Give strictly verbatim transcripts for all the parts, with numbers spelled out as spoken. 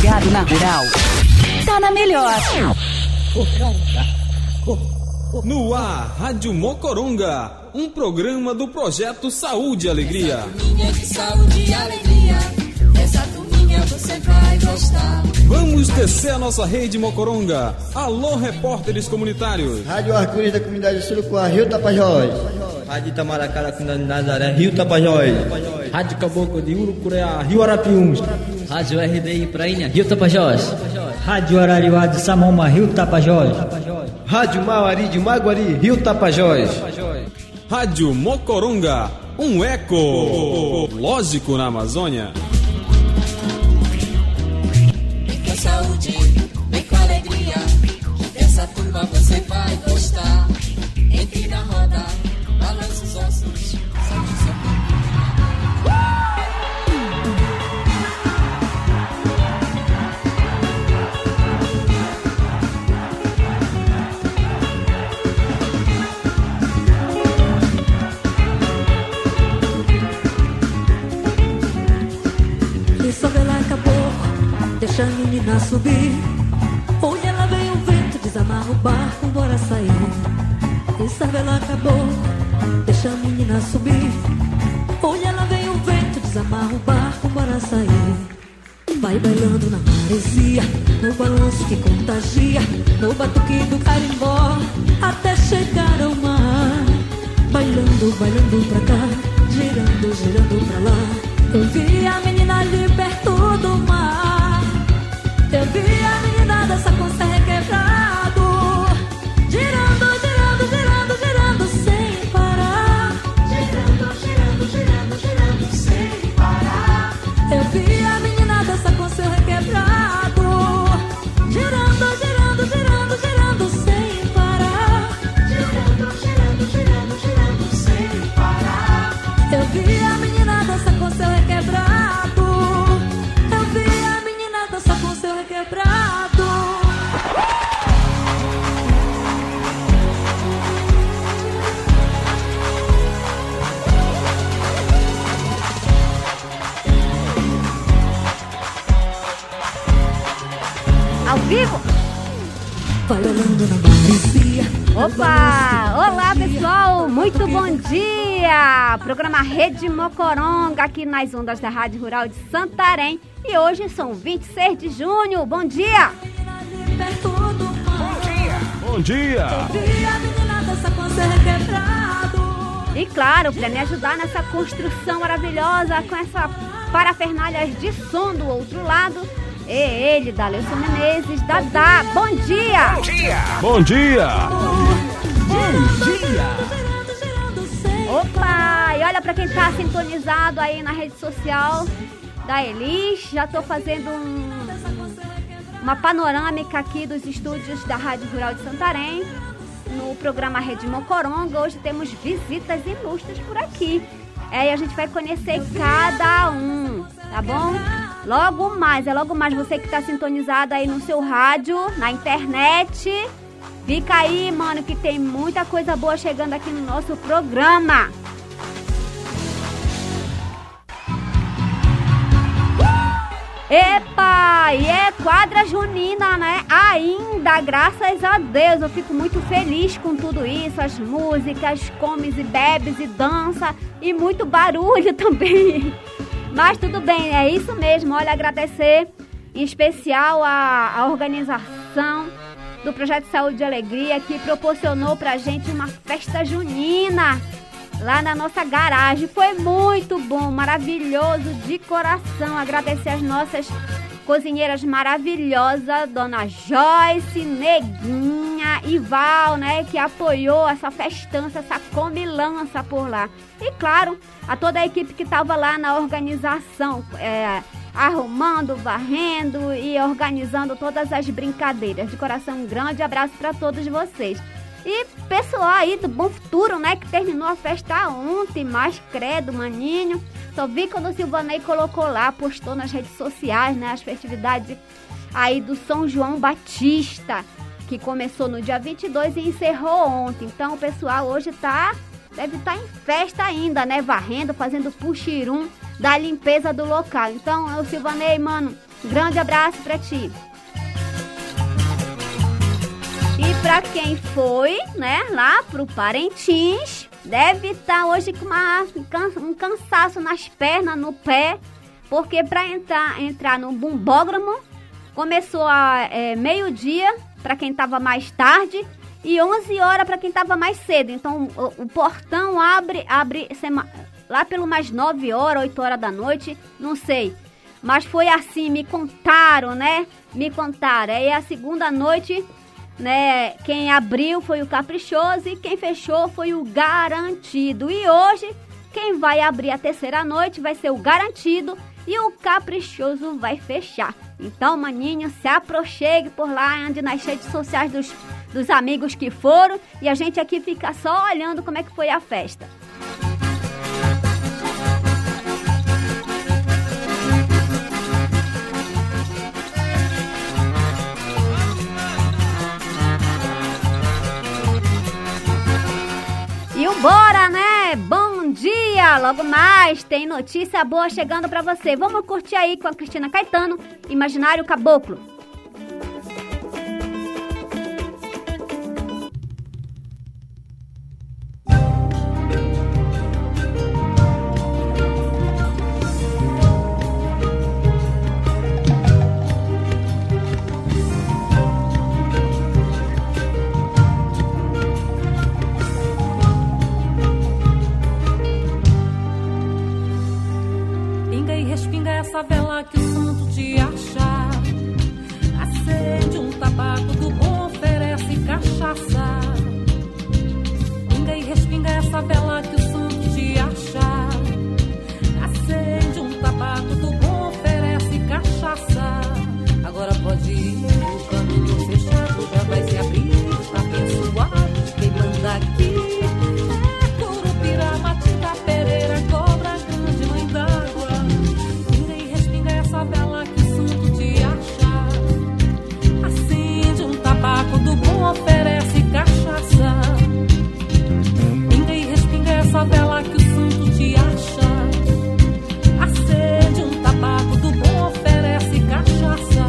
ligado na Rural. Tá na melhor. No ar, Rádio Mocoronga, um programa do Projeto Saúde e Alegria. Essa turminha de saúde e alegria, essa turminha você vai gostar. Vamos descer a nossa rede Mocoronga. Alô, repórteres comunitários. Rádio Arco-Íris da comunidade de Surucuá, Rio Tapajós. Rádio Itamaracá da comunidade de Nazaré, Rio Tapajós. Rádio Caboclo de Urucureá, Rio Arapiuns. Rádio R D I Prainha, Rio Tapajós. Rádio Arariuá de Samoma, Rio Tapajós. Rádio Mauari de Maguari, Rio Tapajós. Rádio Mocoronga, um eco lógico na Amazônia. Vem com saúde, vem com alegria, dessa turma você vai gostar. Entre na roda, balança os ossos, sente o seu corpo. Deixa a menina subir. Olha, lá vem o vento, desamarra o barco, bora sair. Essa vela acabou, deixa a menina subir. Olha, lá vem o vento, desamarra o barco, bora sair. Vai bailando na maresia, no balanço que contagia, no batuque do carimbó, até chegar ao mar. Bailando, bailando pra cá, girando, girando pra lá. Eu vi a menina ali perto do mar. Eu vi a menina dançar com o céu requebrado, girando, girando, girando, girando sem parar. Girando, girando, girando, girando sem parar. Eu vi a menina dançar com o céu requebrado, girando, girando, girando, girando sem parar. Girando, girando, girando, girando sem parar. Eu vi a menina dançar com o céu requebrado. Quebrado. Ao vivo? Opa! Olá, pessoal! Muito bom dia! Programa Rede Mocoronga aqui nas ondas da Rádio Rural de Santarém. E hoje são vinte e seis de junho. Bom dia! Bom dia! Bom dia! E claro, para me ajudar nessa construção maravilhosa, com essa parafernália de som do outro lado, é ele, Daleucio Menezes, Dadá. Bom dia! Bom dia! Bom dia! Bom dia! Opa! E olha para quem tá sintonizado aí na rede social da Elis, já estou fazendo um, uma panorâmica aqui dos estúdios da Rádio Rural de Santarém, no programa Rede Mocoronga. Hoje temos visitas ilustres por aqui, é, e a gente vai conhecer cada um, tá bom? Logo mais, é logo mais, você que está sintonizado aí no seu rádio, na internet, fica aí, mano, que tem muita coisa boa chegando aqui no nosso programa. Epa, e é quadra junina, né? Ainda, graças a Deus, eu fico muito feliz com tudo isso, as músicas, comes e bebes e dança e muito barulho também. Mas tudo bem, é isso mesmo. Olha, agradecer em especial a, a organização do Projeto Saúde e Alegria, que proporcionou pra gente uma festa junina lá na nossa garagem. Foi muito bom, maravilhoso de coração. Agradecer as nossas cozinheiras maravilhosas, Dona Joyce, Neguinha e Val, né, que apoiou essa festança, essa comilança por lá. E claro, a toda a equipe que estava lá na organização, é, arrumando, varrendo e organizando todas as brincadeiras. De coração, um grande abraço para todos vocês. E pessoal aí do Bom Futuro, né, que terminou a festa ontem, mas credo, maninho. Só vi quando o Silvanei colocou lá, postou nas redes sociais, né, as festividades aí do São João Batista, que começou no dia vinte e dois e encerrou ontem. Então o pessoal hoje tá, deve estar em festa ainda, né, varrendo, fazendo puxirum da limpeza do local. Então, o Silvanei, mano, Grande abraço pra ti. E pra quem foi, né, lá pro Parintins, deve estar hoje com uma, um cansaço nas pernas, no pé, porque pra entrar, entrar no bumbódromo, começou a é, meio-dia pra quem tava mais tarde e onze horas pra quem tava mais cedo. Então o, o portão abre, abre sema, lá pelo mais nove horas, oito horas da noite, não sei. Mas foi assim, me contaram, né? Me contaram. Aí a segunda noite, né? Quem abriu foi o Caprichoso e quem fechou foi o Garantido. E hoje, quem vai abrir a terceira noite vai ser o Garantido e o Caprichoso vai fechar. Então, maninho, se aproxime por lá, ande nas redes sociais dos, dos amigos que foram e a gente aqui fica só olhando como é que foi a festa. E o bora, né? Bom dia! Logo mais tem notícia boa chegando pra você. Vamos curtir aí com a Cristina Caetano, Imaginário Caboclo. Essa vela que o santo te achar, acende um tabaco do bom, oferece cachaça. Pinga e respinga essa vela que o santo te achar, acende um tabaco do bom, oferece cachaça. Agora pode ir, o caminho fechado já vai se abrir, tá abençoado, quem manda aqui é Curupira, Matilda, Pereira, Cobra Grande, Mãe d'Água. Essa vela que o santo te achar, acende um tabaco do bom, oferece cachaça. Pinga e respinga essa vela que o santo te achar, acende um tabaco do bom, oferece cachaça.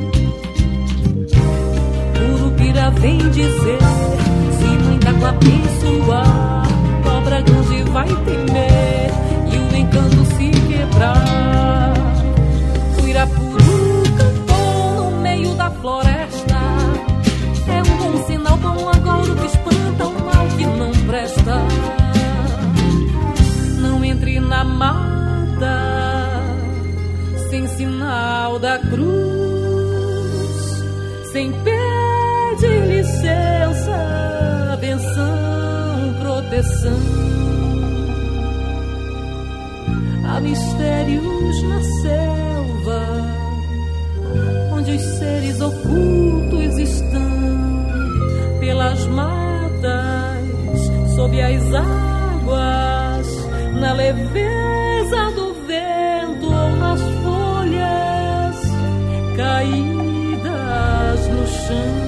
Curupira vem dizer, se Mãe d'Água abençoar, Cobra Grande vai temer e o encanto se quebrar. Irapuru cantou no meio da floresta, é um bom sinal, bom agouro que espanta o mal que não presta. Não entre na mata sem sinal da cruz, sem pedir licença, benção, proteção. Há mistérios na selva, onde os seres ocultos estão, pelas matas, sob as águas, na leveza do vento ou nas folhas caídas no chão.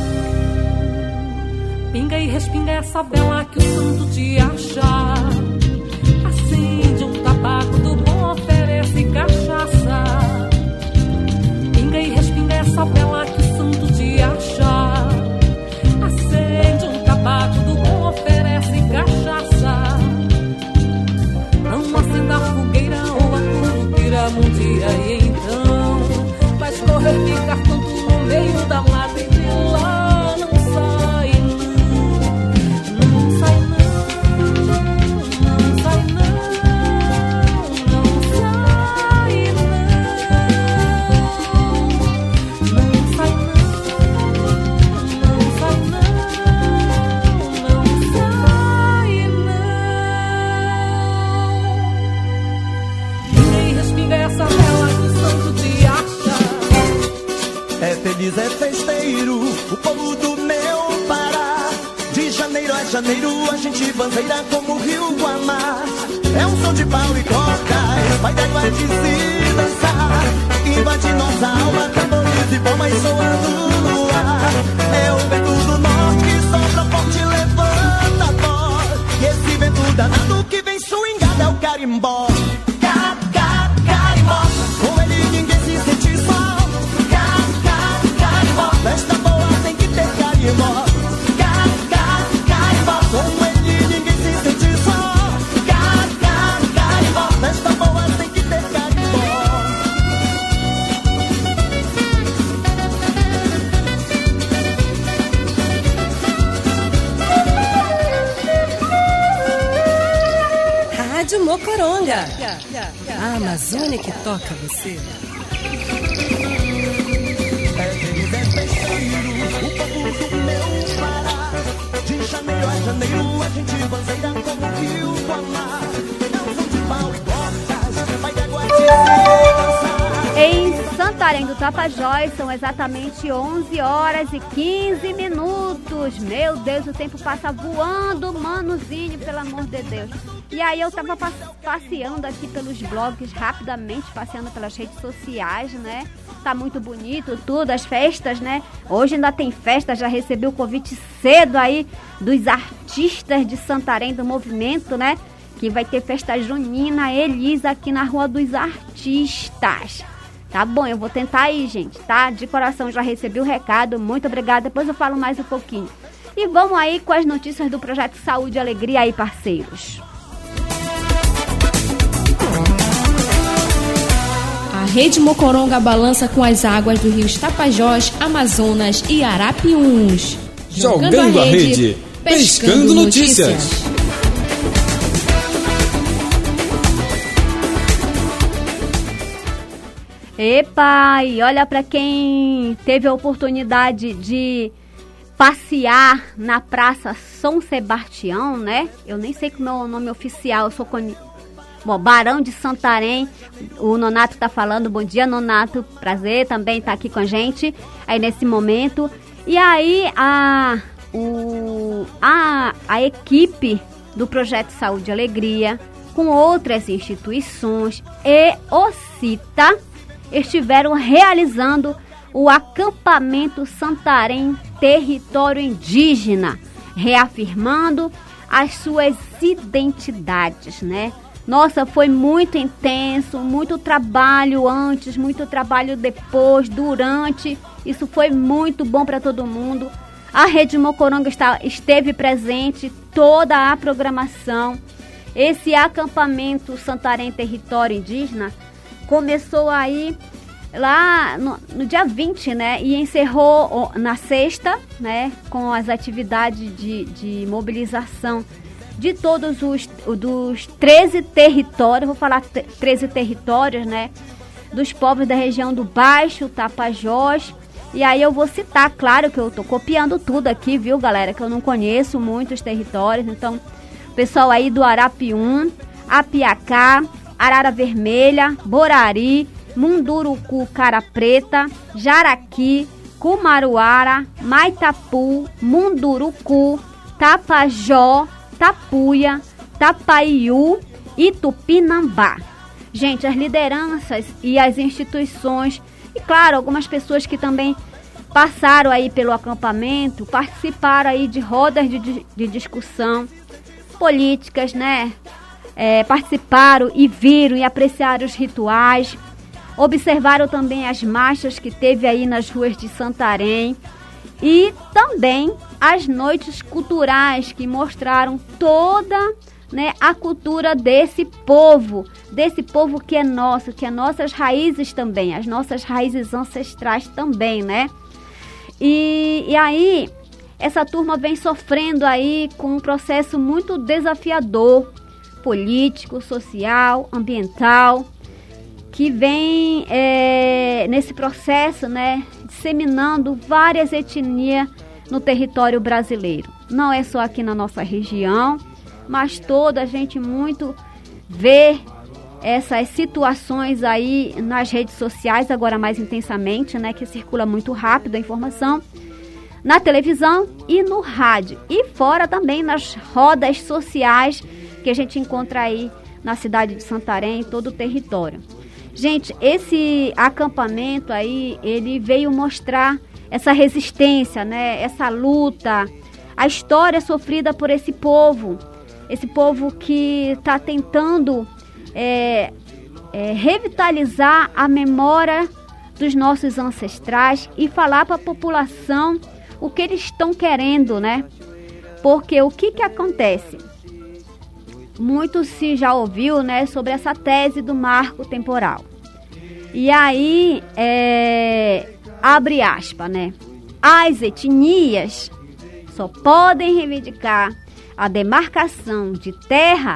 Pinga e respinga essa vela que o santo te achar, acende um tabaco do bom, oferece cachaça. Pinga e respinga essa vela que o santo te achar, acende um tabaco do bom, oferece cachaça. Não acenda a fogueira ou a curupira mundia, e então vai escorrer, ficar tanto no meio da mata e de lá não sai não, não sai não, não sai não, não sai não, não sai não, não sai não, não sai não. Ninguém respinga essa vela que o santo te acha. É feliz, é festeiro, o povo do meu Pará. De janeiro a janeiro a gente bandeira como o rio Guamá. É um som de pau e coca, vai dar de se dançar. Invade nossa alma, tambores e palmas soando no ar. É o vento do norte que sopra forte e levanta a voz. E esse vento danado que vem swingado é o carimbó. Ca, ca, carimbó. Com ele ninguém se sente só. A Amazônia que toca você. O povo do meu Pará, de janeiro a janeiro a gente bandeira como o rio do Amar. Não são de pau e cortas, vai da guarda. Em Santarém do Tapajós são exatamente onze horas e quinze minutos. Meu Deus, o tempo passa voando, manozinho, pelo amor de Deus. E aí eu tava passeando aqui pelos blogs, rapidamente, passeando pelas redes sociais, né? Tá muito bonito tudo, as festas, né? Hoje ainda tem festa, já recebi o convite cedo aí dos artistas de Santarém, do movimento, né? Que vai ter festa junina, Elisa, aqui na Rua dos Artistas. Tá bom, eu vou tentar aí, gente, tá? De coração, já recebi o recado, muito obrigada. Depois eu falo mais um pouquinho. E vamos aí com as notícias do Projeto Saúde e Alegria aí, parceiros. A Rede Mocoronga balança com as águas dos rios Tapajós, Amazonas e Arapiuns. Jogando, Jogando a rede, rede pescando, pescando notícias. notícias. Epa, e olha para quem teve a oportunidade de passear na Praça São Sebastião, né? Eu nem sei como é o nome oficial, eu sou con... Bom, Barão de Santarém, o Nonato tá falando, bom dia Nonato, prazer também tá aqui com a gente aí nesse momento. E aí a, o, a, a equipe do Projeto Saúde e Alegria, com outras instituições e o CITA, estiveram realizando o acampamento Santarém Território Indígena, reafirmando as suas identidades, né? Nossa, foi muito intenso, muito trabalho antes, muito trabalho depois, durante. Isso foi muito bom para todo mundo. A Rede Mocoronga está, esteve presente, toda a programação. Esse acampamento Santarém Território Indígena começou aí lá no, no dia vinte, né? E encerrou na sexta, né? Com as atividades de, de mobilização de todos os dos treze territórios, vou falar treze territórios, né? Dos povos da região do Baixo Tapajós. E aí eu vou citar, claro que eu tô copiando tudo aqui, viu, galera? Que eu não conheço muitos territórios. Então, pessoal aí do Arapiuns, Apiacá, Arara Vermelha, Borari, Munduruku, Cara Preta, Jaraqui, Cumaruara, Maitapu, Munduruku, Tapajó, Tapuia, Tapaiú e Tupinambá. Gente, as lideranças e as instituições, e claro, algumas pessoas que também passaram aí pelo acampamento, participaram aí de rodas de, de, de discussão políticas, né? É, participaram e viram e apreciaram os rituais, observaram também as marchas que teve aí nas ruas de Santarém e também as noites culturais que mostraram toda, né, a cultura desse povo, desse povo que é nosso, que é nossas raízes também, as nossas raízes ancestrais também, né? E, e aí, essa turma vem sofrendo aí com um processo muito desafiador, político, social, ambiental, que vem é, nesse processo, né, disseminando várias etnias no território brasileiro. Não é só aqui na nossa região, mas toda a gente muito vê essas situações aí nas redes sociais, agora mais intensamente, né, que circula muito rápido a informação, na televisão e no rádio. E fora também nas rodas sociais que a gente encontra aí na cidade de Santarém, em todo o território. Gente, esse acampamento aí, ele veio mostrar essa resistência, né? Essa luta, a história sofrida por esse povo, esse povo que está tentando é, é, revitalizar a memória dos nossos ancestrais e falar para a população o que eles estão querendo, né? Porque o que que acontece? Muito se já ouviu, né, sobre essa tese do marco temporal. E aí, é, abre aspas, né? As etnias só podem reivindicar a demarcação de terra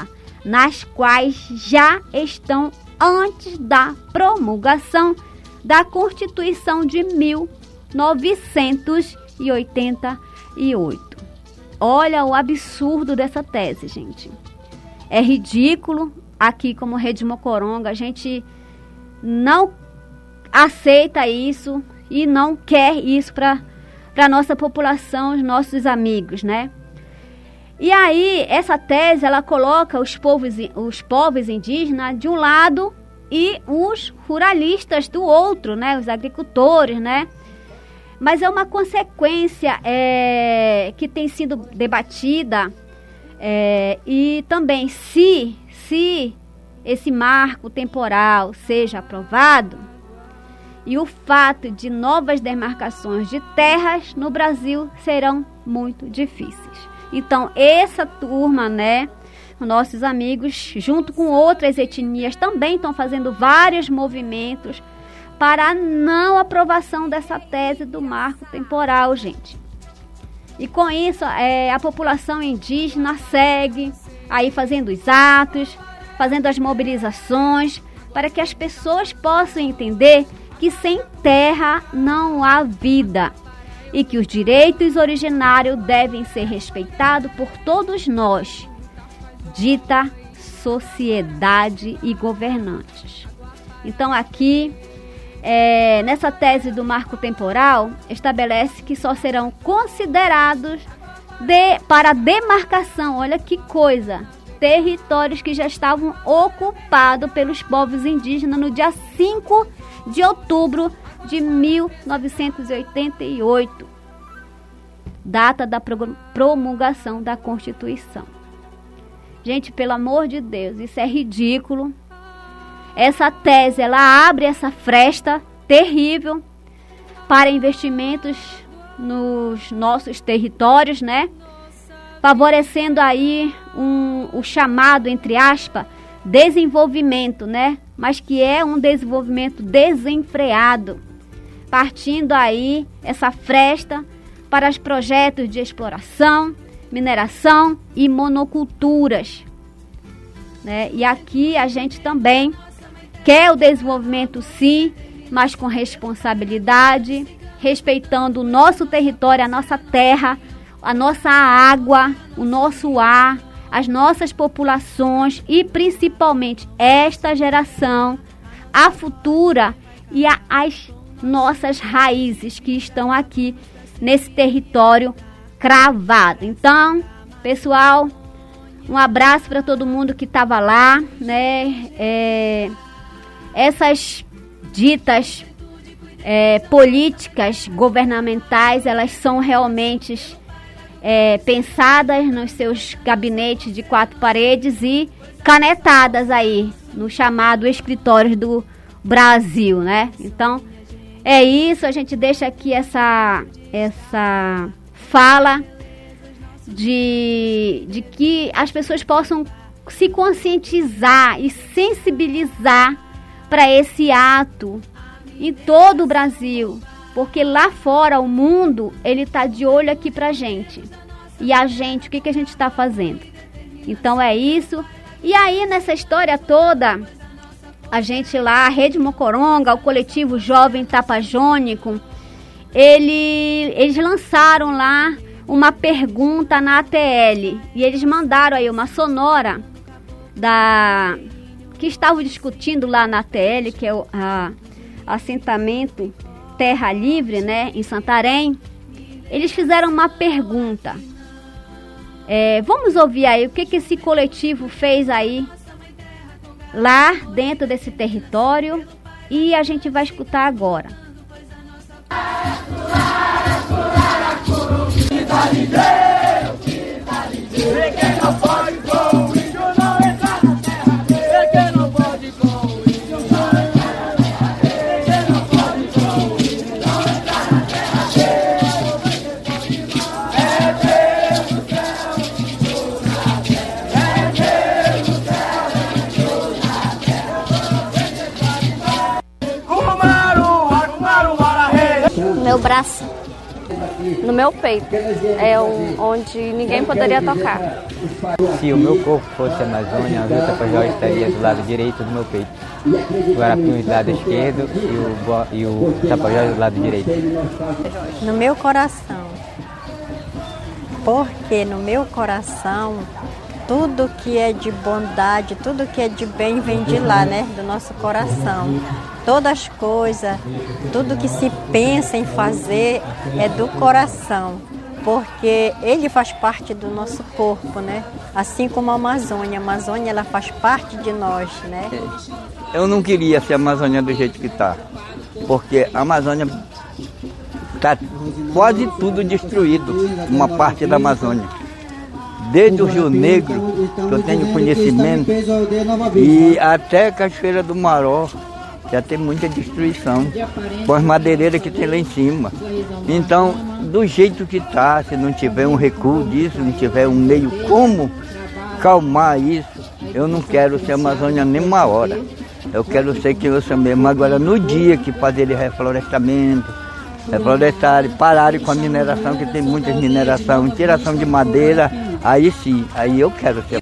nas quais já estão antes da promulgação da Constituição de mil novecentos e oitenta e oito. Olha o absurdo dessa tese, gente. É ridículo. Aqui, como Rede Mocoronga, a gente não aceita isso e não quer isso para a nossa população, os nossos amigos, né? E aí, essa tese, ela coloca os povos, os povos indígenas de um lado e os ruralistas do outro, né? Os agricultores, né? Mas é uma consequência é, que tem sido debatida é, e também se, se esse marco temporal seja aprovado e o fato de novas demarcações de terras no Brasil serão muito difíceis. Então, essa turma, né, nossos amigos, junto com outras etnias, também estão fazendo vários movimentos para a não aprovação dessa tese do marco temporal, gente. E com isso, é, a população indígena segue aí fazendo os atos, fazendo as mobilizações, para que as pessoas possam entender que sem terra não há vida e que os direitos originários devem ser respeitados por todos nós, dita sociedade e governantes. Então aqui, é, nessa tese do marco temporal, estabelece que só serão considerados de, para demarcação, olha que coisa, territórios que já estavam ocupados pelos povos indígenas no dia cinco de outubro de mil novecentos e oitenta e oito, data da promulgação da Constituição. Gente, pelo amor de Deus, isso é ridículo. Essa tese, ela abre essa fresta terrível para investimentos nos nossos territórios, né? Favorecendo aí um, o chamado, entre aspas, desenvolvimento, né? Mas que é um desenvolvimento desenfreado, partindo aí essa fresta para os projetos de exploração, mineração e monoculturas, né? E aqui a gente também quer o desenvolvimento, sim, mas com responsabilidade, respeitando o nosso território, a nossa terra, a nossa água, o nosso ar, as nossas populações e principalmente esta geração, a futura e a, as nossas raízes que estão aqui nesse território cravado. Então, pessoal, um abraço para todo mundo que estava lá, né? É, essas ditas é, políticas governamentais, elas são realmente é, pensadas nos seus gabinetes de quatro paredes e canetadas aí no chamado escritório do Brasil, né? Então, é isso, a gente deixa aqui essa, essa fala de, de que as pessoas possam se conscientizar e sensibilizar para esse ato em todo o Brasil, porque lá fora o mundo, ele está de olho aqui pra gente. E a gente, o que, que a gente está fazendo? Então é isso. E aí nessa história toda, a gente lá, a Rede Mocoronga, o coletivo Jovem Tapajônico, ele, eles lançaram lá uma pergunta na A T L. E eles mandaram aí uma sonora da, que estavam discutindo lá na A T L, que é o a, assentamento Terra Livre, né, em Santarém. Eles fizeram uma pergunta. É, vamos ouvir aí o que, que esse coletivo fez aí lá dentro desse território e a gente vai escutar agora. Meu braço. No meu peito, é onde ninguém poderia tocar. Se o meu corpo fosse a Amazônia, o Rio Tapajós estaria do lado direito do meu peito. O Arapiuns do lado esquerdo e o, e o Tapajós do lado direito. No meu coração. Porque no meu coração, tudo que é de bondade, tudo que é de bem vem de lá, né? Do nosso coração. Todas as coisas, tudo que se pensa em fazer é do coração. Porque ele faz parte do nosso corpo, né? Assim como a Amazônia. A Amazônia, ela faz parte de nós, né? Eu não queria ser a Amazônia do jeito que está. Porque a Amazônia está quase tudo destruído, uma parte da Amazônia. Desde o Rio Negro, que eu tenho conhecimento, e até Cachoeira do Maró, já tem muita destruição, com as madeireiras que tem lá em cima. Então, do jeito que está, se não tiver um recuo disso, não tiver um meio como calmar isso, eu não quero ser Amazônia nem uma hora. Eu quero ser que eu sou mesmo. Agora, no dia que fazerem reflorestamento, reflorestarem, pararem com a mineração, que tem muitas mineração, tiração de madeira, aí sim, aí eu quero ser.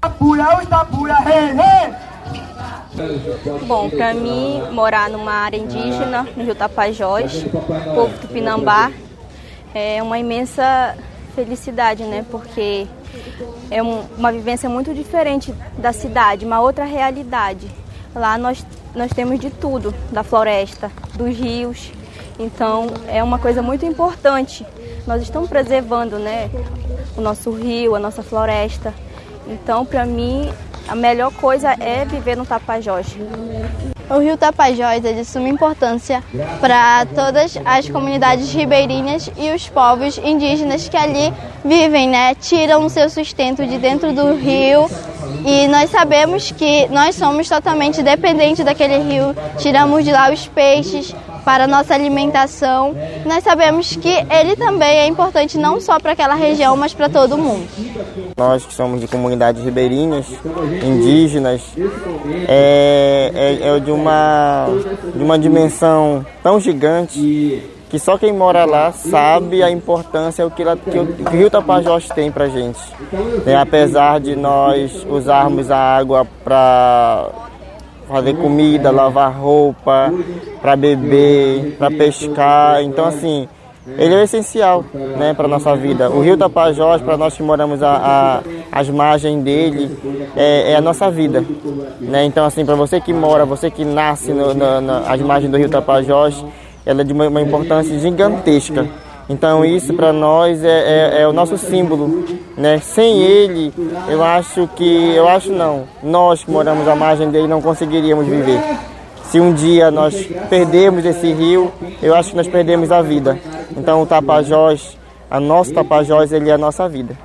Bom, para mim, morar numa área indígena, no Rio Tapajós, povo Tupinambá, é uma imensa felicidade, né? Porque é um, uma vivência muito diferente da cidade, uma outra realidade. Lá nós, nós temos de tudo, da floresta, dos rios, então é uma coisa muito importante. Nós estamos preservando, né, o nosso rio, a nossa floresta. Então, para mim, a melhor coisa é viver no Tapajós. O Rio Tapajós é de suma importância para todas as comunidades ribeirinhas e os povos indígenas que ali vivem, né? Tiram o seu sustento de dentro do rio e nós sabemos que nós somos totalmente dependentes daquele rio. Tiramos de lá os peixes para a nossa alimentação. Nós sabemos que ele também é importante não só para aquela região, mas para todo mundo. Nós que somos de comunidades ribeirinhas, indígenas, é, é, é de, uma, de uma dimensão tão gigante que só quem mora lá sabe a importância que, ela, que, o, que o Rio Tapajós tem para a gente. É, apesar de nós usarmos a água para fazer comida, lavar roupa, para beber, para pescar, então assim, ele é essencial, né, para a nossa vida. O Rio Tapajós, para nós que moramos a, a, as margens dele, é, é a nossa vida, né? Então assim, para você que mora, você que nasce no, no, nas margens do Rio Tapajós, ela é de uma, uma importância gigantesca. Então isso para nós é, é, é o nosso símbolo, né? Sem ele, eu acho que, eu acho não, nós que moramos à margem dele não conseguiríamos viver. Se um dia nós perdermos esse rio, eu acho que nós perdemos a vida. Então o Tapajós, a nosso Tapajós, ele é a nossa vida.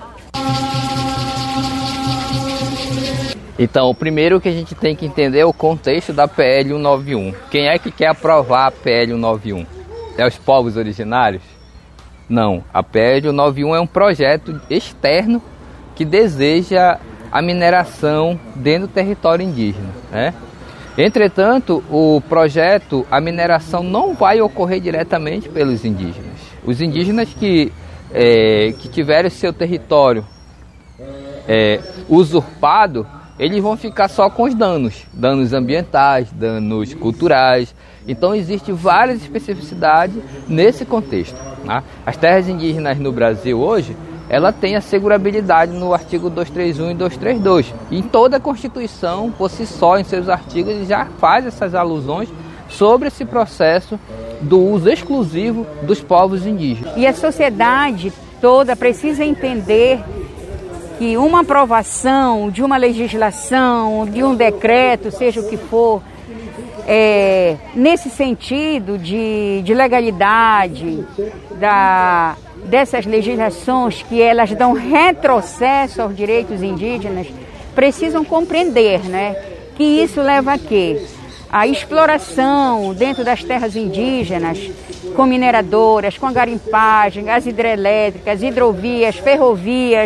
Então, o primeiro que a gente tem que entender é o contexto da P L cento e noventa e um. Quem é que quer aprovar a P L cento e noventa e um? É os povos originários? Não, a P L cento e noventa e um é um projeto externo que deseja a mineração dentro do território indígena, né? Entretanto, o projeto, a mineração não vai ocorrer diretamente pelos indígenas. Os indígenas que, é, que tiverem seu território é, usurpado, eles vão ficar só com os danos, danos ambientais, danos culturais. Então existem várias especificidades nesse contexto, né? As terras indígenas no Brasil hoje, ela tem a segurabilidade no artigo duzentos e trinta e um e duzentos e trinta e dois. Em toda a Constituição, por si só, em seus artigos, já faz essas alusões sobre esse processo do uso exclusivo dos povos indígenas. E a sociedade toda precisa entender que uma aprovação de uma legislação, de um decreto, seja o que for, é, nesse sentido de, de legalidade da, dessas legislações que elas dão retrocesso aos direitos indígenas, precisam compreender, né, que isso leva a quê? A exploração dentro das terras indígenas, com mineradoras, com a garimpagem, as hidrelétricas, hidrovias, ferrovias.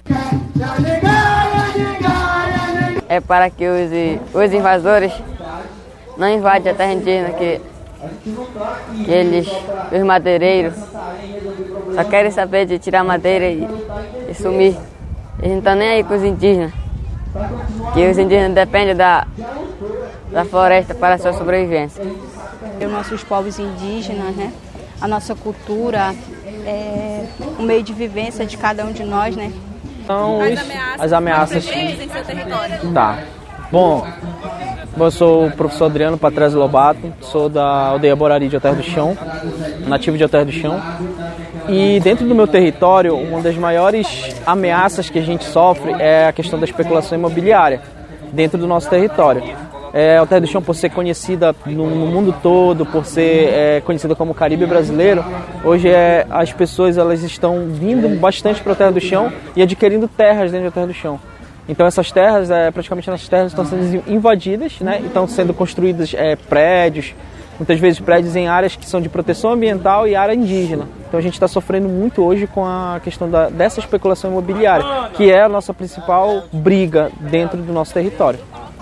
É para que os, os invasores não invadem a terra indígena, que, que eles, os madeireiros, só querem saber de tirar madeira e, e sumir. Eles não estão nem aí com os indígenas, que os indígenas dependem da, da floresta para a sua sobrevivência. Os nossos povos indígenas, né? A nossa cultura, é, o meio de vivência de cada um de nós, né? Então, as ameaças, as ameaças em seu território. Tá. Bom, eu sou o professor Adriano Patrese Lobato, sou da aldeia Borari de Alter do Chão, nativo de Alter do Chão. E dentro do meu território, uma das maiores ameaças que a gente sofre é a questão da especulação imobiliária dentro do nosso território. É, Alter do Chão, por ser conhecida no, no mundo todo, por ser é, conhecida como Caribe brasileiro, hoje é, as pessoas elas estão vindo bastante para Alter do Chão e adquirindo terras dentro de Alter do Chão. Então essas terras, é, praticamente essas terras estão sendo invadidas, né, e estão sendo construídos é, prédios, muitas vezes prédios em áreas que são de proteção ambiental e área indígena. Então a gente está sofrendo muito hoje com a questão da, dessa especulação imobiliária, que é a nossa principal briga dentro do nosso território.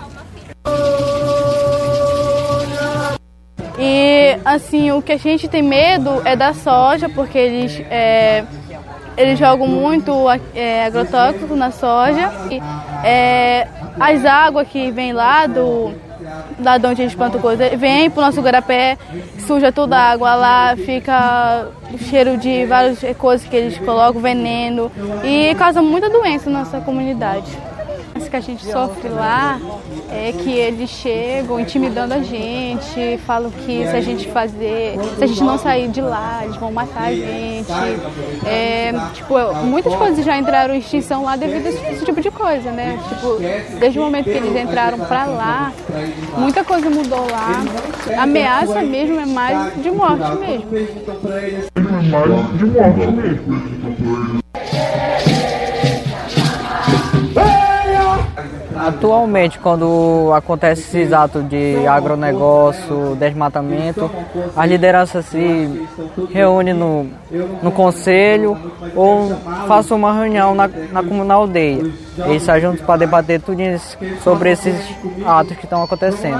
E assim, o que a gente tem medo é da soja, porque eles, é, eles jogam muito é, agrotóxico na soja. E, é, as águas que vêm lá do lá de onde a gente planta coisa, vem pro nosso garapé, suja toda a água lá, fica cheiro de várias coisas que eles colocam, veneno, e causa muita doença na nossa comunidade. O que a gente sofre lá é que eles chegam intimidando a gente, falam que se a gente fazer, se a gente não sair de lá, eles vão matar a gente. É, tipo, muitas coisas já entraram em extinção lá devido a esse, esse tipo de coisa, né? Tipo, desde o momento que eles entraram pra lá, muita coisa mudou lá. A ameaça mesmo é mais de morte mesmo. É mais de morte mesmo. Atualmente, quando acontece esses atos de agronegócio, desmatamento, a liderança se reúne no, no conselho ou faz uma reunião na, na, na aldeia. Eles saem juntos para debater tudo isso, sobre esses atos que estão acontecendo.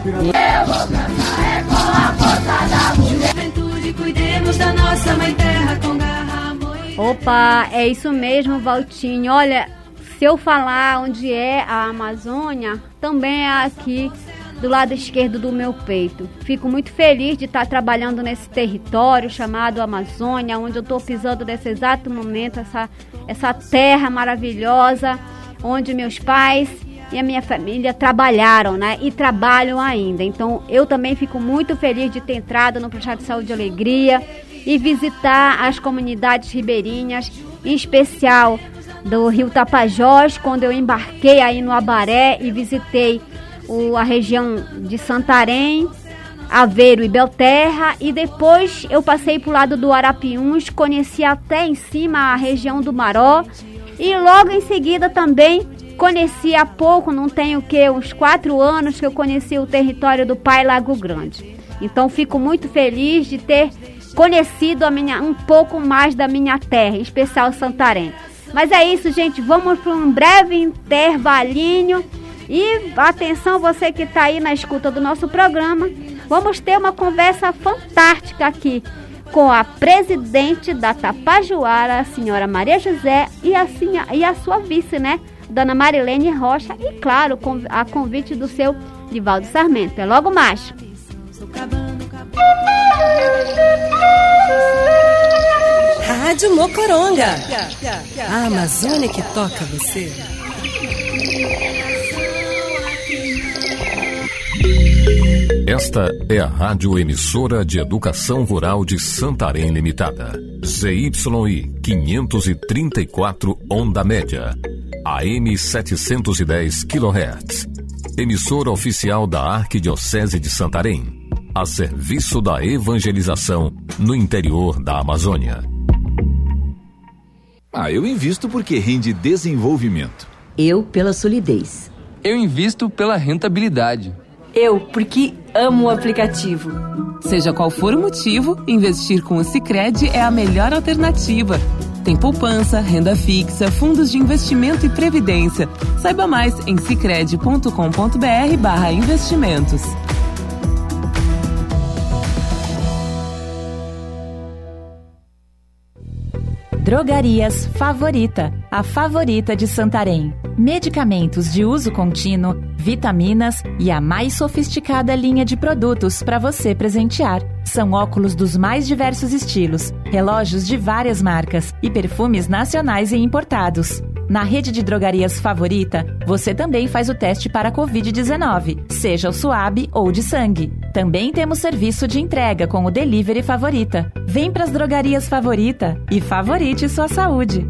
Opa, é isso mesmo, Valtinho. Olha, se eu falar onde é a Amazônia, também é aqui do lado esquerdo do meu peito. Fico muito feliz de estar trabalhando nesse território chamado Amazônia, onde eu estou pisando nesse exato momento, essa, essa terra maravilhosa, onde meus pais e a minha família trabalharam, né? E trabalham ainda. Então, eu também fico muito feliz de ter entrado no Projeto Saúde e Alegria e visitar as comunidades ribeirinhas, em especial do Rio Tapajós, quando eu embarquei aí no Abaré e visitei o, a região de Santarém, Aveiro e Belterra, e depois eu passei para o lado do Arapiuns, conheci até em cima a região do Maró, e logo em seguida também conheci há pouco, não tem o que, uns quatro anos que eu conheci o território do Pai Lago Grande. Então fico muito feliz de ter conhecido a minha, um pouco mais da minha terra, em especial Santarém. Mas é isso, gente, vamos para um breve intervalinho e atenção você que está aí na escuta do nosso programa, vamos ter uma conversa fantástica aqui com a presidente da Tapajoara, a senhora Maria José, e a, e a sua vice, né, dona Marilene Rocha, e claro, a convite do seu Divaldo Sarmento. É logo mais. Rádio Mocoronga, a Amazônia que toca você. Esta é a Rádio Emissora de Educação Rural de Santarém Limitada. Z Y I quinhentos e trinta e quatro onda média. A M setecentos e dez quilohertz. Emissora oficial da Arquidiocese de Santarém. A serviço da evangelização no interior da Amazônia. Ah, eu invisto porque rende desenvolvimento. Eu pela solidez. Eu invisto pela rentabilidade. Eu porque amo o aplicativo. Seja qual for o motivo, investir com o Sicredi é a melhor alternativa. Tem poupança, renda fixa, fundos de investimento e previdência. Saiba mais em sicredi ponto com ponto br barra investimentos. Drogarias Favorita, a favorita de Santarém. Medicamentos de uso contínuo, vitaminas e a mais sofisticada linha de produtos para você presentear. São óculos dos mais diversos estilos, relógios de várias marcas e perfumes nacionais e importados. Na rede de drogarias Favorita, você também faz o teste para a covid dezenove, seja o suave ou de sangue. Também temos serviço de entrega com o Delivery Favorita. Vem para as drogarias Favorita e favorite sua saúde.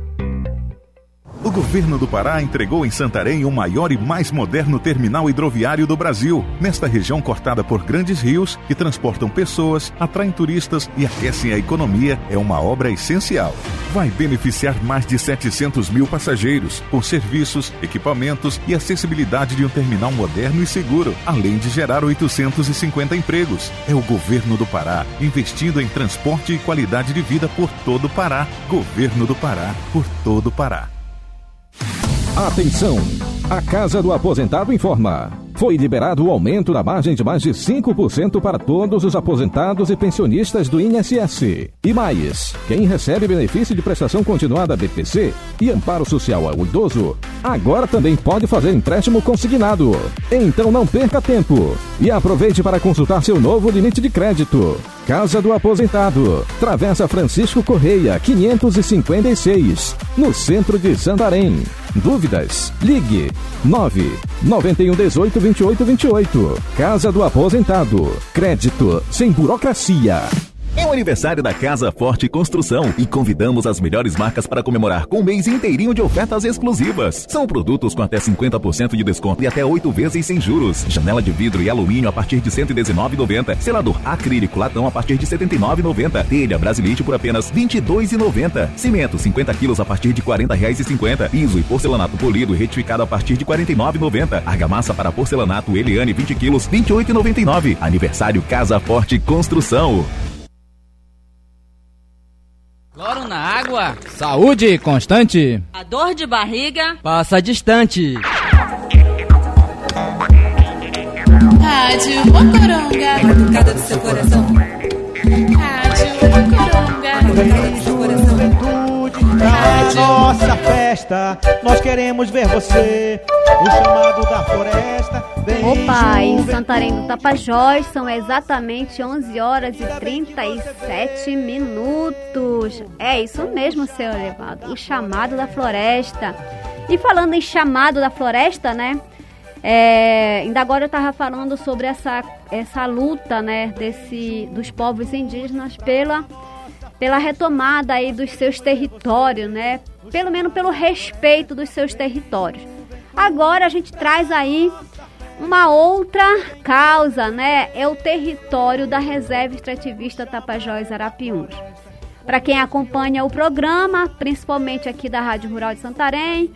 O governo do Pará entregou em Santarém o maior e mais moderno terminal hidroviário do Brasil. Nesta região cortada por grandes rios que transportam pessoas, atraem turistas e aquecem a economia, é uma obra essencial. Vai beneficiar mais de setecentos mil passageiros, com serviços, equipamentos e acessibilidade de um terminal moderno e seguro, além de gerar oitocentos e cinquenta empregos. É o governo do Pará, investindo em transporte e qualidade de vida por todo o Pará. Governo do Pará, por todo o Pará. Atenção! A Casa do Aposentado informa. Foi liberado o aumento da margem de mais de cinco por cento para todos os aposentados e pensionistas do I N S S. E mais, quem recebe benefício de prestação continuada B P C e amparo social ao idoso, agora também pode fazer empréstimo consignado. Então não perca tempo e aproveite para consultar seu novo limite de crédito. Casa do Aposentado, Travessa Francisco Correia, quinhentos e cinquenta e seis, no centro de Santarém. Dúvidas? Ligue nove nove um um oito, dois oito dois oito. Casa do Aposentado. Crédito sem burocracia. É o aniversário da Casa Forte Construção e convidamos as melhores marcas para comemorar com um mês inteirinho de ofertas exclusivas. São produtos com até cinquenta por cento de desconto e até oito vezes sem juros. Janela de vidro e alumínio a partir de cento e dezenove reais e noventa centavos. Selador acrílico latão a partir de setenta e nove reais e noventa centavos. Telha Brasilite por apenas vinte e dois reais e noventa centavos. Cimento cinquenta quilos a partir de quarenta reais e cinquenta centavos. Piso e porcelanato polido e retificado a partir de quarenta e nove reais e noventa centavos. Argamassa para porcelanato Eliane vinte quilos, vinte e oito reais e noventa e nove centavos. Aniversário Casa Forte Construção. Cloro na água, saúde constante. A dor de barriga passa distante. Rádio Mocoronga, batucada do seu coração. Rádio Mocoronga, batucada do seu coração. A nossa festa, nós queremos ver você. O chamado da floresta. Opa, em Santarém do Tapajós são exatamente onze horas e trinta e sete minutos. É isso mesmo, seu Elevado, o chamado da floresta. E falando em chamado da floresta, né? É, ainda agora eu estava falando sobre essa, essa luta, né, desse, dos povos indígenas pela, pela retomada aí dos seus territórios, né? Pelo menos pelo respeito dos seus territórios. Agora a gente traz aí uma outra causa, né? É o território da Reserva Extrativista Tapajós Arapiuns. Para quem acompanha o programa, principalmente aqui da Rádio Rural de Santarém,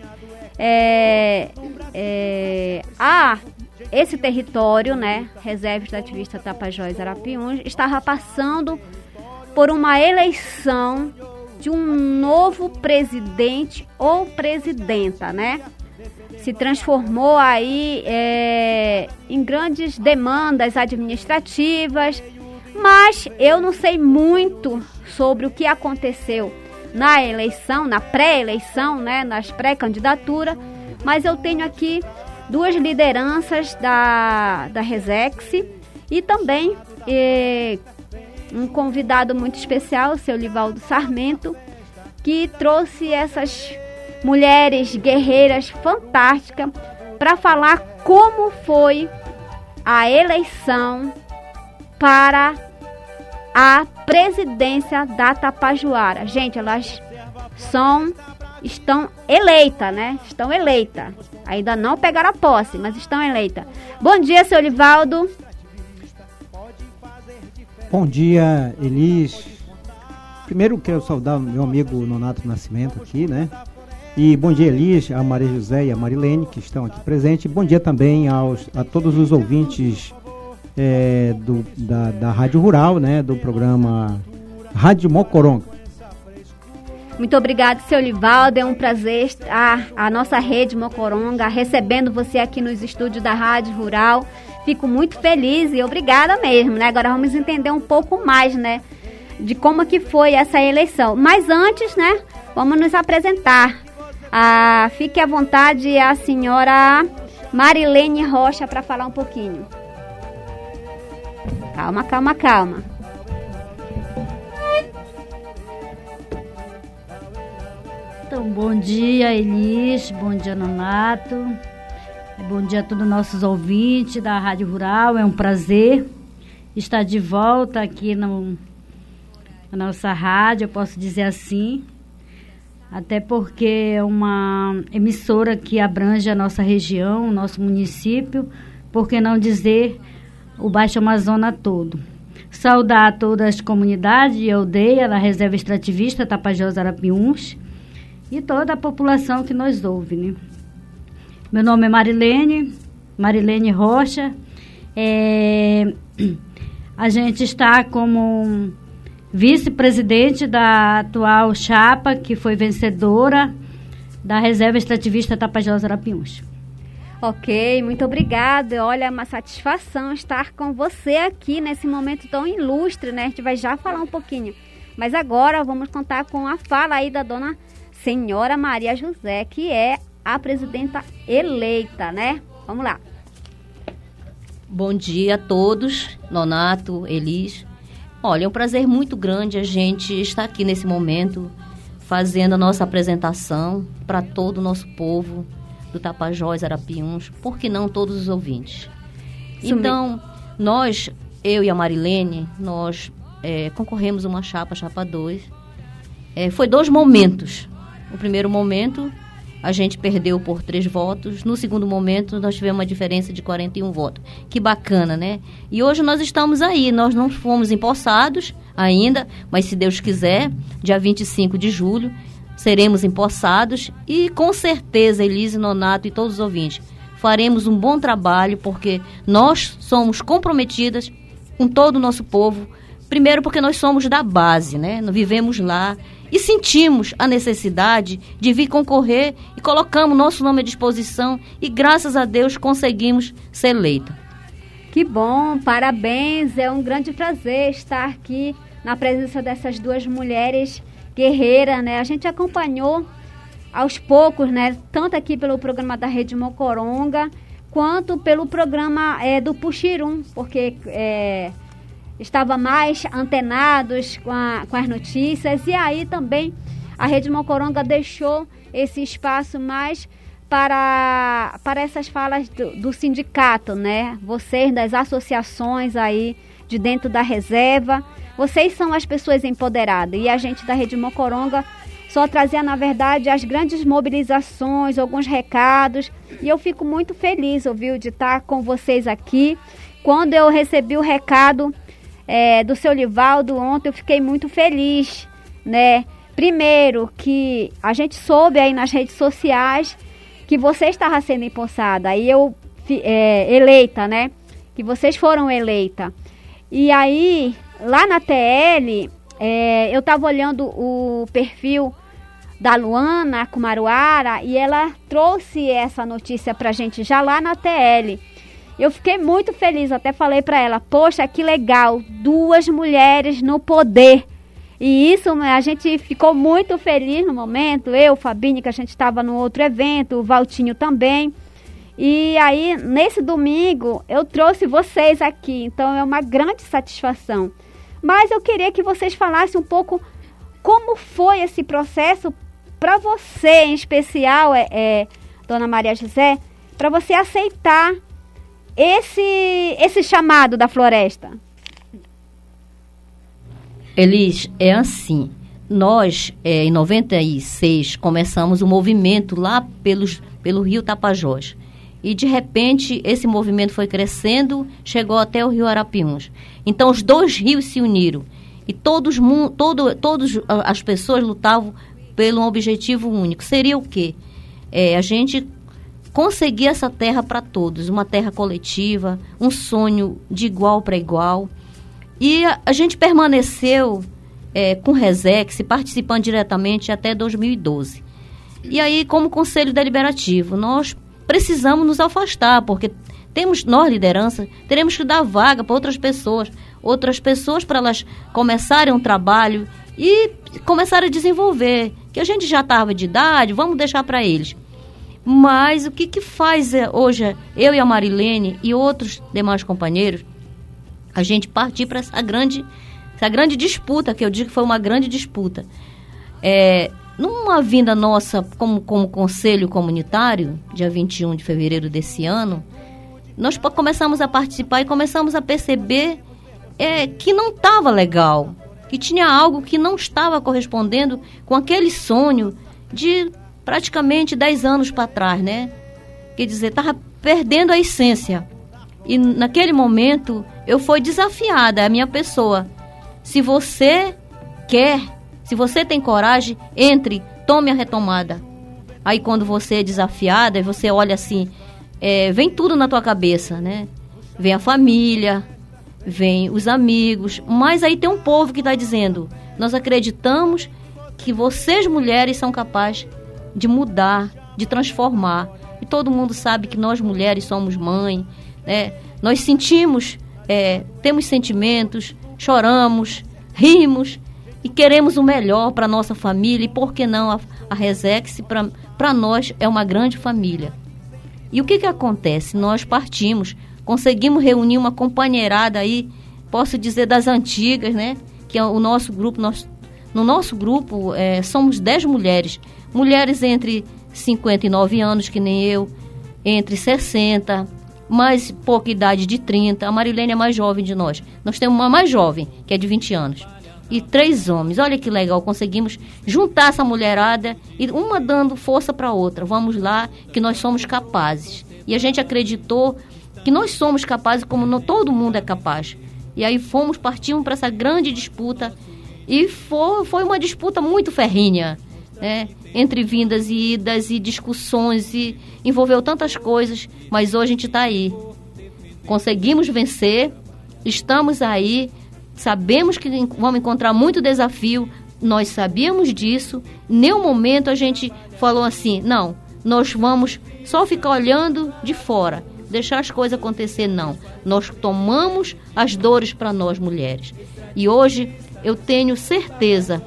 é, é, a, esse território, né? Reserva Extrativista Tapajós Arapiuns, estava passando por uma eleição de um novo presidente ou presidenta, né? Se transformou aí é, em grandes demandas administrativas, mas eu não sei muito sobre o que aconteceu na eleição, na pré-eleição, né, nas pré-candidaturas, mas eu tenho aqui duas lideranças da, da Resex e também é, um convidado muito especial, o seu Livaldo Sarmento, que trouxe essas mulheres guerreiras fantásticas para falar como foi a eleição para a presidência da Tapajoara. Gente, elas são, estão eleitas, né? Estão eleitas. Ainda não pegaram a posse, mas estão eleitas. Bom dia, seu Livaldo. Bom dia, Elis. Primeiro quero saudar meu amigo Nonato Nascimento aqui, né? E bom dia, Elis, a Maria José e a Marilene, que estão aqui presentes. Bom dia também aos, a todos os ouvintes é, do, da, da Rádio Rural, né, do programa Rádio Mocoronga. Muito obrigado, seu Livaldo. É um prazer estar a nossa rede Mocoronga recebendo você aqui nos estúdios da Rádio Rural. Fico muito feliz e obrigada mesmo, né? Agora vamos entender um pouco mais, né? de como que foi essa eleição. Mas antes, né, vamos nos apresentar. Ah, fique à vontade a senhora Marilene Rocha para falar um pouquinho. Calma, calma, calma. Então, bom dia, Elis, bom dia, Nonato, bom dia a todos os nossos ouvintes da Rádio Rural. É um prazer estar de volta aqui no, na nossa rádio, eu posso dizer assim, até porque é uma emissora que abrange a nossa região, o nosso município, por que não dizer o Baixo Amazonas todo. Saudar a todas as comunidades e aldeia da Reserva Extrativista Tapajós Arapiuns e toda a população que nos ouve, né? Meu nome é Marilene, Marilene Rocha. É, a gente está como vice-presidente da atual chapa, que foi vencedora da Reserva Extrativista Tapajós Arapiuns. Ok, muito obrigada. Olha, é uma satisfação estar com você aqui nesse momento tão ilustre, né? A gente vai já falar um pouquinho. Mas agora vamos contar com a fala aí da dona senhora Maria José, que é a presidenta eleita, né? Vamos lá. Bom dia a todos, Nonato, Elis. Olha, é um prazer muito grande a gente estar aqui nesse momento fazendo a nossa apresentação para todo o nosso povo do Tapajós Arapiuns, por que não todos os ouvintes. Então, nós, eu e a Marilene, nós é, concorremos uma chapa, chapa dois. É, foi dois momentos. O primeiro momento, a gente perdeu por três votos. No segundo momento, nós tivemos uma diferença de quarenta e um votos. Que bacana, né? E hoje nós estamos aí. Nós não fomos empossados ainda, mas se Deus quiser, dia vinte e cinco de julho, seremos empossados e com certeza, Elise, Nonato e todos os ouvintes, faremos um bom trabalho, porque nós somos comprometidas com todo o nosso povo. Primeiro porque nós somos da base, né? Nós vivemos lá e sentimos a necessidade de vir concorrer e colocamos nosso nome à disposição e graças a Deus conseguimos ser eleita. Que bom, parabéns, é um grande prazer estar aqui na presença dessas duas mulheres guerreiras, né? A gente acompanhou aos poucos, né? Tanto aqui pelo programa da Rede Mocoronga, quanto pelo programa é, do Puxirum, porque é, estava mais antenados com, a, com as notícias, e aí também a Rede Mocoronga deixou esse espaço mais para, para essas falas do, do sindicato, né? Vocês das associações aí de dentro da reserva, vocês são as pessoas empoderadas, e a gente da Rede Mocoronga só trazia, na verdade, as grandes mobilizações, alguns recados, e eu fico muito feliz, ouviu, de estar com vocês aqui. Quando eu recebi o recado é, do seu Livaldo ontem, eu fiquei muito feliz, né? Primeiro, que a gente soube aí nas redes sociais que você estava sendo empossada, aí eu, é, eleita, né? Que vocês foram eleita. E aí, lá na T L, é, eu estava olhando o perfil da Luana Kumaruara e ela trouxe essa notícia pra gente já lá na T L. Eu fiquei muito feliz, até falei pra ela, poxa, que legal, duas mulheres no poder. E isso, a gente ficou muito feliz no momento, eu, Fabine, que a gente estava no outro evento, o Valtinho também. E aí, nesse domingo, eu trouxe vocês aqui, então é uma grande satisfação. Mas eu queria que vocês falassem um pouco como foi esse processo para você, em especial, é, é, Dona Maria José, para você aceitar esse, esse chamado da floresta. Elis, é assim, nós, é, em noventa e seis, começamos o movimento lá pelos, pelo Rio Tapajós. E, de repente, esse movimento foi crescendo, chegou até o Rio Arapiuns. Então, os dois rios se uniram. E todos, todo, todas as pessoas lutavam pelo um objetivo único. Seria o quê? É, a gente conseguir essa terra para todos. Uma terra coletiva, um sonho de igual para igual. E a, a gente permaneceu é, com o Resex, participando diretamente até dois mil e doze. E aí, como Conselho Deliberativo, nós precisamos nos afastar, porque temos, nós, liderança, teremos que dar vaga para outras pessoas. outras pessoas para elas começarem um trabalho e começarem a desenvolver. Que a gente já estava de idade, vamos deixar para eles. Mas o que, que faz hoje eu e a Marilene e outros demais companheiros, a gente partir para essa grande, essa grande disputa, que eu digo que foi uma grande disputa. É, numa vinda nossa como, como conselho comunitário, dia vinte e um de fevereiro desse ano, nós começamos a participar e começamos a perceber é, que não estava legal, que tinha algo que não estava correspondendo com aquele sonho de praticamente dez anos para trás, né? Quer dizer, estava perdendo a essência. E naquele momento eu fui desafiada, a minha pessoa. Se você quer, se você tem coragem, entre, tome a retomada. Aí quando você é desafiada, você olha assim, é, vem tudo na tua cabeça, né? Vem a família, vem os amigos, mas aí tem um povo que está dizendo, nós acreditamos que vocês mulheres são capazes de mudar, de transformar. E todo mundo sabe que nós mulheres somos mãe, né? Nós sentimos, é, temos sentimentos, choramos, rimos e queremos o melhor para a nossa família. E por que não a, a Resex, para nós, é uma grande família. E o que, que acontece? Nós partimos, conseguimos reunir uma companheirada aí, posso dizer das antigas, né? Que é o nosso grupo, nós, no nosso grupo é, somos dez mulheres. Mulheres entre cinquenta e nove anos, que nem eu, entre sessenta, mais pouca idade de trinta. A Marilene é mais jovem de nós. Nós temos uma mais jovem, que é de vinte anos. E três homens. Olha que legal, conseguimos juntar essa mulherada e uma dando força para a outra. Vamos lá, que nós somos capazes. E a gente acreditou que nós somos capazes como não, todo mundo é capaz. E aí fomos, partimos para essa grande disputa. E foi, foi uma disputa muito ferrinha, né? Entre vindas e idas e discussões, e envolveu tantas coisas, mas hoje a gente está aí. Conseguimos vencer, estamos aí, sabemos que vamos encontrar muito desafio, nós sabíamos disso, em nenhum momento a gente falou assim, não, nós vamos só ficar olhando de fora, deixar as coisas acontecer, não. Nós tomamos as dores para nós mulheres. E hoje eu tenho certeza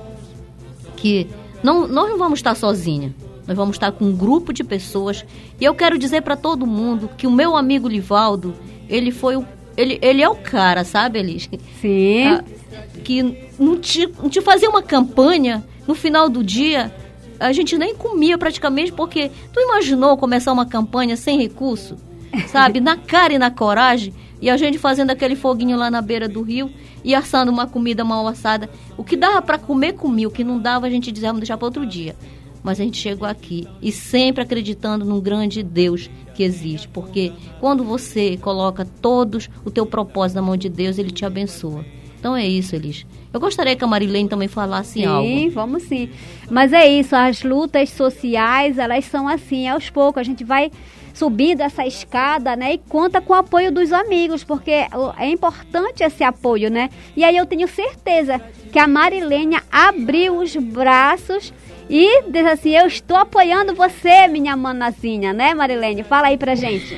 que Não, nós não vamos estar sozinhas, nós vamos estar com um grupo de pessoas. E eu quero dizer para todo mundo que o meu amigo Livaldo, ele foi o, ele, ele é o cara, sabe, Elis? Sim. Ah, que não te, não te fazia uma campanha, no final do dia, a gente nem comia praticamente, porque tu imaginou começar uma campanha sem recurso, sabe? Na cara e na coragem, e a gente fazendo aquele foguinho lá na beira do rio e assando uma comida mal assada. O que dava para comer, comia. O que não dava, a gente dizia, vamos deixar para outro dia. Mas a gente chegou aqui e sempre acreditando num grande Deus que existe. Porque quando você coloca todos o teu propósito na mão de Deus, Ele te abençoa. Então é isso, Elis. Eu gostaria que a Marilene também falasse sim, algo. Sim, vamos sim. Mas é isso, as lutas sociais, elas são assim, aos poucos. A gente vai subindo essa escada, né, e conta com o apoio dos amigos, porque é importante esse apoio, né? E aí eu tenho certeza que a Marilene abriu os braços e diz assim, eu estou apoiando você, minha manazinha, né, Marilene? Fala aí pra gente.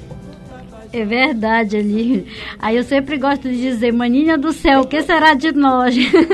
É verdade, ali. Aí eu sempre gosto de dizer, maninha do céu, o que será de nós?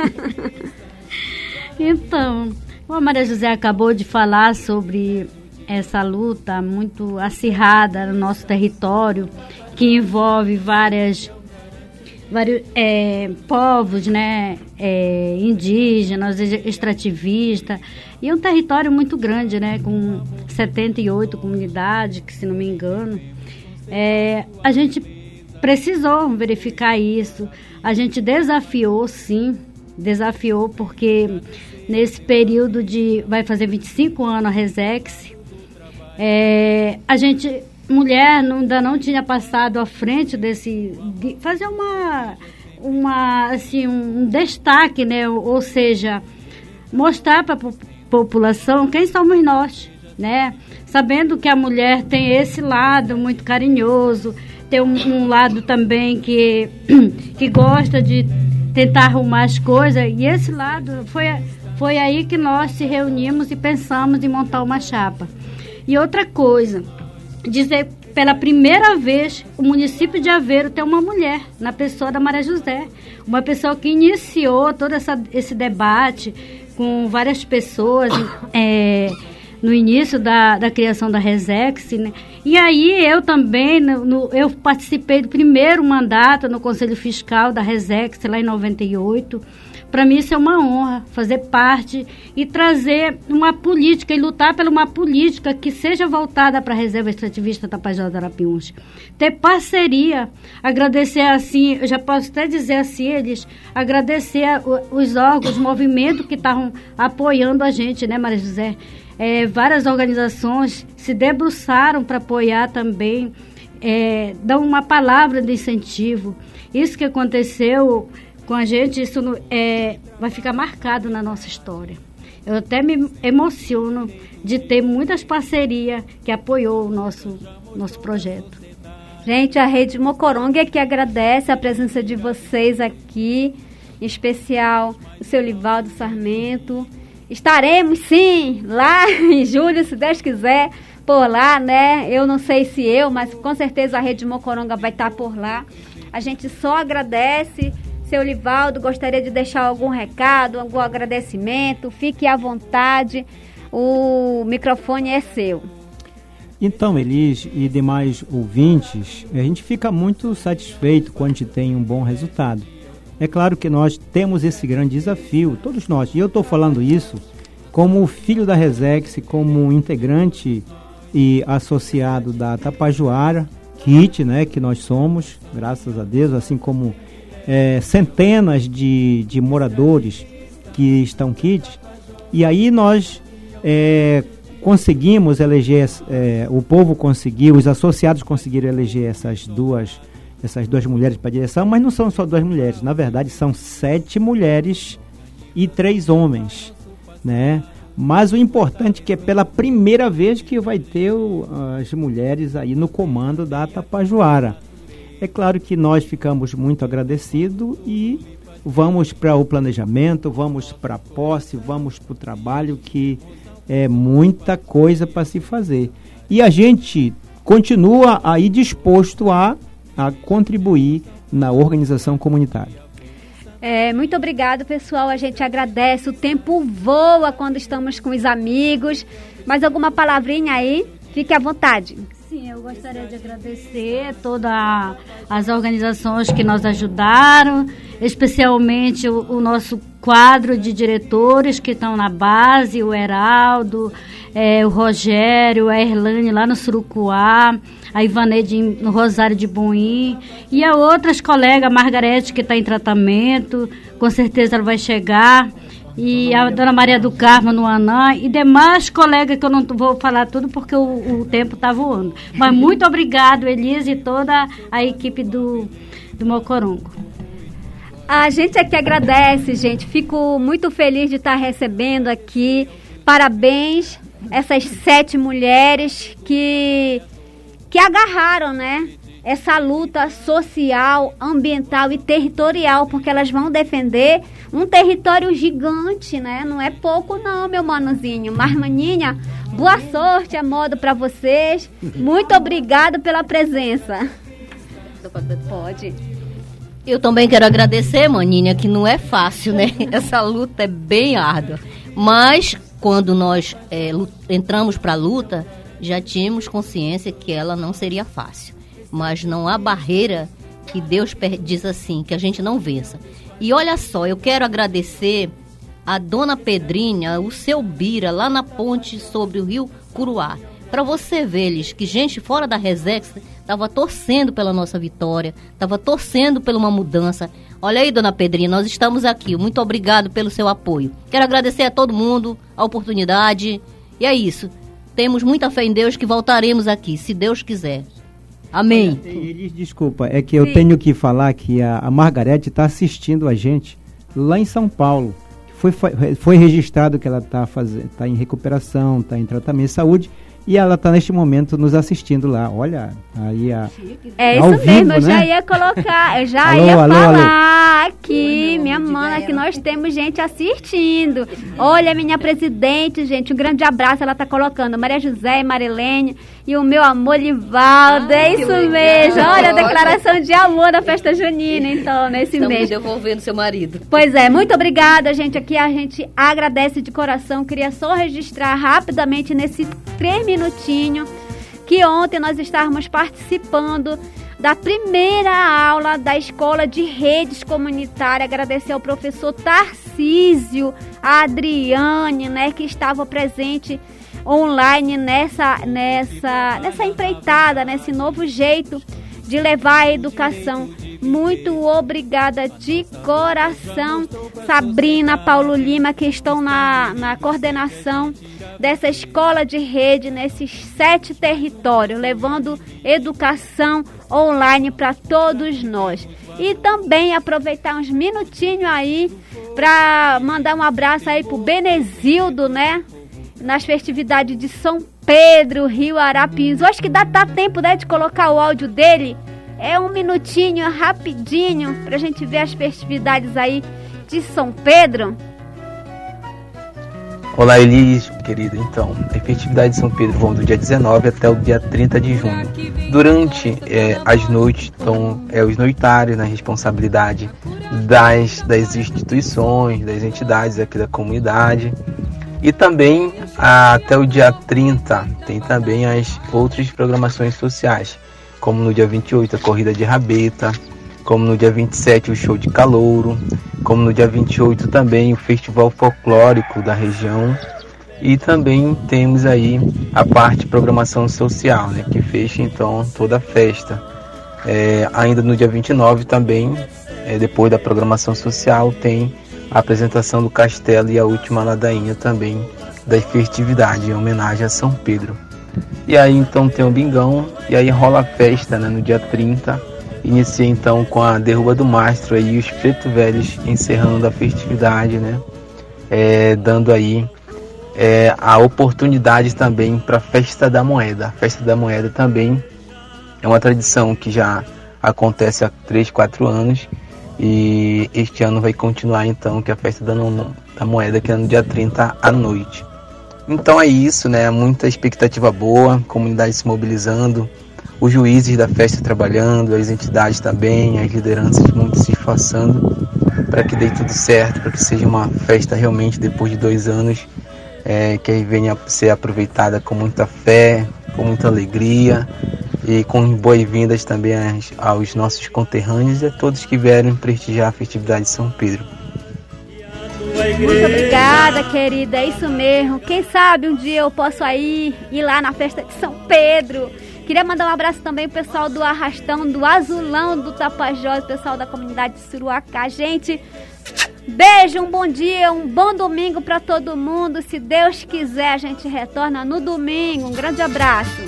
Então, a Maria José acabou de falar sobre essa luta muito acirrada no nosso território, que envolve várias, vários é, povos, né, é, indígenas, extrativistas, e um território muito grande, né, com setenta e oito comunidades, que se não me engano. É, a gente precisou verificar isso, a gente desafiou, sim, desafiou, porque nesse período de, vai fazer vinte e cinco anos a Resex, É, a gente, mulher, não, ainda não tinha passado à frente desse, de fazer uma, uma assim, um destaque, né? Ou, ou seja, mostrar para a população quem somos nós, né? Sabendo que a mulher tem esse lado muito carinhoso, tem um, um lado também que, que gosta de tentar arrumar as coisas, e esse lado foi, foi aí que nós se reunimos e pensamos em montar uma chapa. E outra coisa, dizer pela primeira vez, o município de Aveiro tem uma mulher, na pessoa da Maria José. Uma pessoa que iniciou todo essa, esse debate com várias pessoas é, no início da, da criação da Resex, né? E aí eu também, no, no, eu participei do primeiro mandato no Conselho Fiscal da Resex, lá em noventa e oito. Para mim isso é uma honra, fazer parte e trazer uma política e lutar por uma política que seja voltada para a Reserva Extrativista Tapajós do Arapiuns. Ter parceria, agradecer assim, eu já posso até dizer assim, eles, agradecer a, os órgãos, os movimentos que estavam apoiando a gente, né, Maria José? É, várias organizações se debruçaram para apoiar também, é, dar uma palavra de incentivo. Isso que aconteceu com a gente, isso é, vai ficar marcado na nossa história. Eu até me emociono de ter muitas parcerias que apoiou o nosso, nosso projeto. Gente, a Rede Mocoronga que agradece a presença de vocês aqui, em especial o seu Livaldo Sarmento. Estaremos, sim, lá em julho, se Deus quiser, por lá, né? Eu não sei se eu, mas com certeza a Rede Mocoronga vai estar por lá. A gente só agradece. Seu Livaldo, gostaria de deixar algum recado, algum agradecimento? Fique à vontade, o microfone é seu. Então, Elis e demais ouvintes, a gente fica muito satisfeito quando a gente tem um bom resultado. É claro que nós temos esse grande desafio, todos nós, e eu estou falando isso como filho da Resex, como integrante e associado da Tapajoara, Kit, né, que nós somos, graças a Deus, assim como É, centenas de, de moradores que estão kits, e aí nós é, conseguimos eleger, é, o povo conseguiu, os associados conseguiram eleger essas duas, essas duas mulheres para a direção, mas não são só duas mulheres, na verdade são sete mulheres e três homens, né? Mas o importante é que é pela primeira vez que vai ter o, as mulheres aí no comando da Tapajoara. É claro que nós ficamos muito agradecidos e vamos para o planejamento, vamos para a posse, vamos para o trabalho, que é muita coisa para se fazer. E a gente continua aí disposto a, a contribuir na organização comunitária. É, muito obrigado, pessoal. A gente agradece. O tempo voa quando estamos com os amigos. Mais alguma palavrinha aí? Fique à vontade. Sim, eu gostaria de agradecer todas as organizações que nos ajudaram, especialmente o, o nosso quadro de diretores que estão na base, o Heraldo, é, o Rogério, a Erlane lá no Surucuá, a Ivaneide no Rosário de Boim, e a outras colegas, a Margarete, que está em tratamento, com certeza ela vai chegar, e a Dona Maria do Carmo no Anã, e demais colegas que eu não vou falar tudo porque o, o tempo está voando. Mas muito obrigado, Elise, e toda a equipe do, do Mocorongo. A gente aqui agradece, gente. Fico muito feliz de estar recebendo aqui. Parabéns essas sete mulheres que, que agarraram, né? Essa luta social, ambiental e territorial, porque elas vão defender um território gigante, né? Não é pouco não, meu manozinho. Mas, maninha, boa sorte, a modo para vocês. Muito obrigado pela presença. Pode. Eu também quero agradecer, maninha, que não é fácil, né? Essa luta é bem árdua. Mas, quando nós é, entramos para a luta, já tínhamos consciência que ela não seria fácil. Mas não há barreira que Deus diz assim, que a gente não vença. E olha só, eu quero agradecer a Dona Pedrinha, o seu Bira, lá na ponte sobre o rio Curuá. Para você ver, eles, que gente fora da Resex estava torcendo pela nossa vitória, estava torcendo por uma mudança. Olha aí, Dona Pedrinha, nós estamos aqui. Muito obrigado pelo seu apoio. Quero agradecer a todo mundo, a oportunidade. E é isso. Temos muita fé em Deus que voltaremos aqui, se Deus quiser. Amém. Eles, desculpa, é que eu Sim. tenho que falar que a, a Margarete está assistindo a gente lá em São Paulo. Foi, foi, foi registrado que ela está tá em recuperação, está em tratamento de saúde, E ela está neste momento nos assistindo lá. Olha, aí a. É ao isso vivo, mesmo, eu né? já ia colocar, eu já Alô, ia alô, falar alô. aqui, minha mana, que nós temos gente assistindo. Olha, minha presidente, gente, um grande abraço, ela está colocando. Maria José e Marilene e o meu amor Livaldo, ah, é isso mesmo. Olha a declaração de amor na festa junina, então, nesse Estamos mês. devolvendo seu marido. Pois é, muito obrigada, gente. Aqui a gente agradece de coração. Queria só registrar rapidamente nesse três minutinhos que ontem nós estávamos participando da primeira aula da Escola de Redes Comunitárias. Agradecer ao professor Tarcísio, a Adriane, né, que estava presente online nessa, nessa, nessa empreitada, nesse novo jeito de levar a educação. Muito obrigada de coração, Sabrina, Paulo Lima, que estão na, na coordenação dessa escola de rede nesses sete territórios, levando educação online para todos nós. E também aproveitar uns minutinhos aí para mandar um abraço aí pro Benezildo, né? Nas festividades de São Pedro, Rio Arapiuns. Eu acho que dá, dá tempo, né, de colocar o áudio dele. É um minutinho, rapidinho, pra gente ver as festividades aí de São Pedro. Olá, Elis, querida. Então, as festividades de São Pedro vão do dia dezenove até o dia trinta de junho. Durante é, as noites, então, é os noitários, na né, responsabilidade das, das instituições, das entidades aqui da comunidade. E também, até o dia trinta, tem também as outras programações sociais, como no dia vinte e oito a corrida de rabeta, como no dia vinte e sete o show de calouro, como no dia vinte e oito também o festival folclórico da região, e também temos aí a parte de programação social, né, que fecha então toda a festa. É, ainda no dia vinte e nove também, é, depois da programação social, tem a apresentação do castelo e a última ladainha também das festividades em homenagem a São Pedro. E aí então tem o bingão, e aí rola a festa, né, no dia trinta. Inicia então com a derruba do mastro aí, os preto velhos encerrando a festividade, né, é, dando aí é, a oportunidade também para a festa da moeda. A festa da moeda também é uma tradição que já acontece há três, quatro anos, e este ano vai continuar então, que é a festa da, da moeda, que é no dia trinta à noite. Então é isso, né? Muita expectativa boa, comunidade se mobilizando, os juízes da festa trabalhando, as entidades também, as lideranças muito se esforçando para que dê tudo certo, para que seja uma festa realmente, depois de dois anos, é, que venha a ser aproveitada com muita fé, com muita alegria e com boas-vindas também aos, aos nossos conterrâneos e a todos que vieram prestigiar a festividade de São Pedro. Muito obrigada, querida, é isso mesmo. Quem sabe um dia eu posso aí ir lá na festa de São Pedro. Queria mandar um abraço também pro pessoal do Arrastão, do Azulão, do Tapajós, pessoal da comunidade de Suruacá. Gente, beijo, um bom dia, um bom domingo para todo mundo. Se Deus quiser, a gente retorna no domingo. Um grande abraço.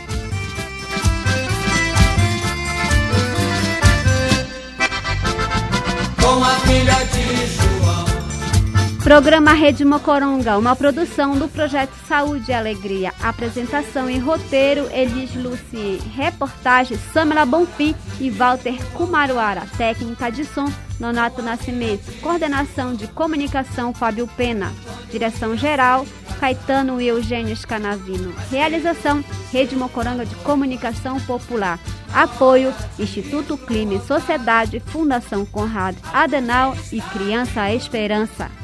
Com a filha de João. Programa Rede Mocoronga, uma produção do Projeto Saúde e Alegria. Apresentação e roteiro, Elis Luci. Reportagem, Samela Bonfim e Walter Kumaruara. Técnica de som, Nonato Nascimento. Coordenação de comunicação, Fábio Pena. Direção geral, Caetano e Eugênio Scanavino. Realização, Rede Mocoronga de Comunicação Popular. Apoio, Instituto Clima e Sociedade, Fundação Conrado Adenauer e Criança Esperança.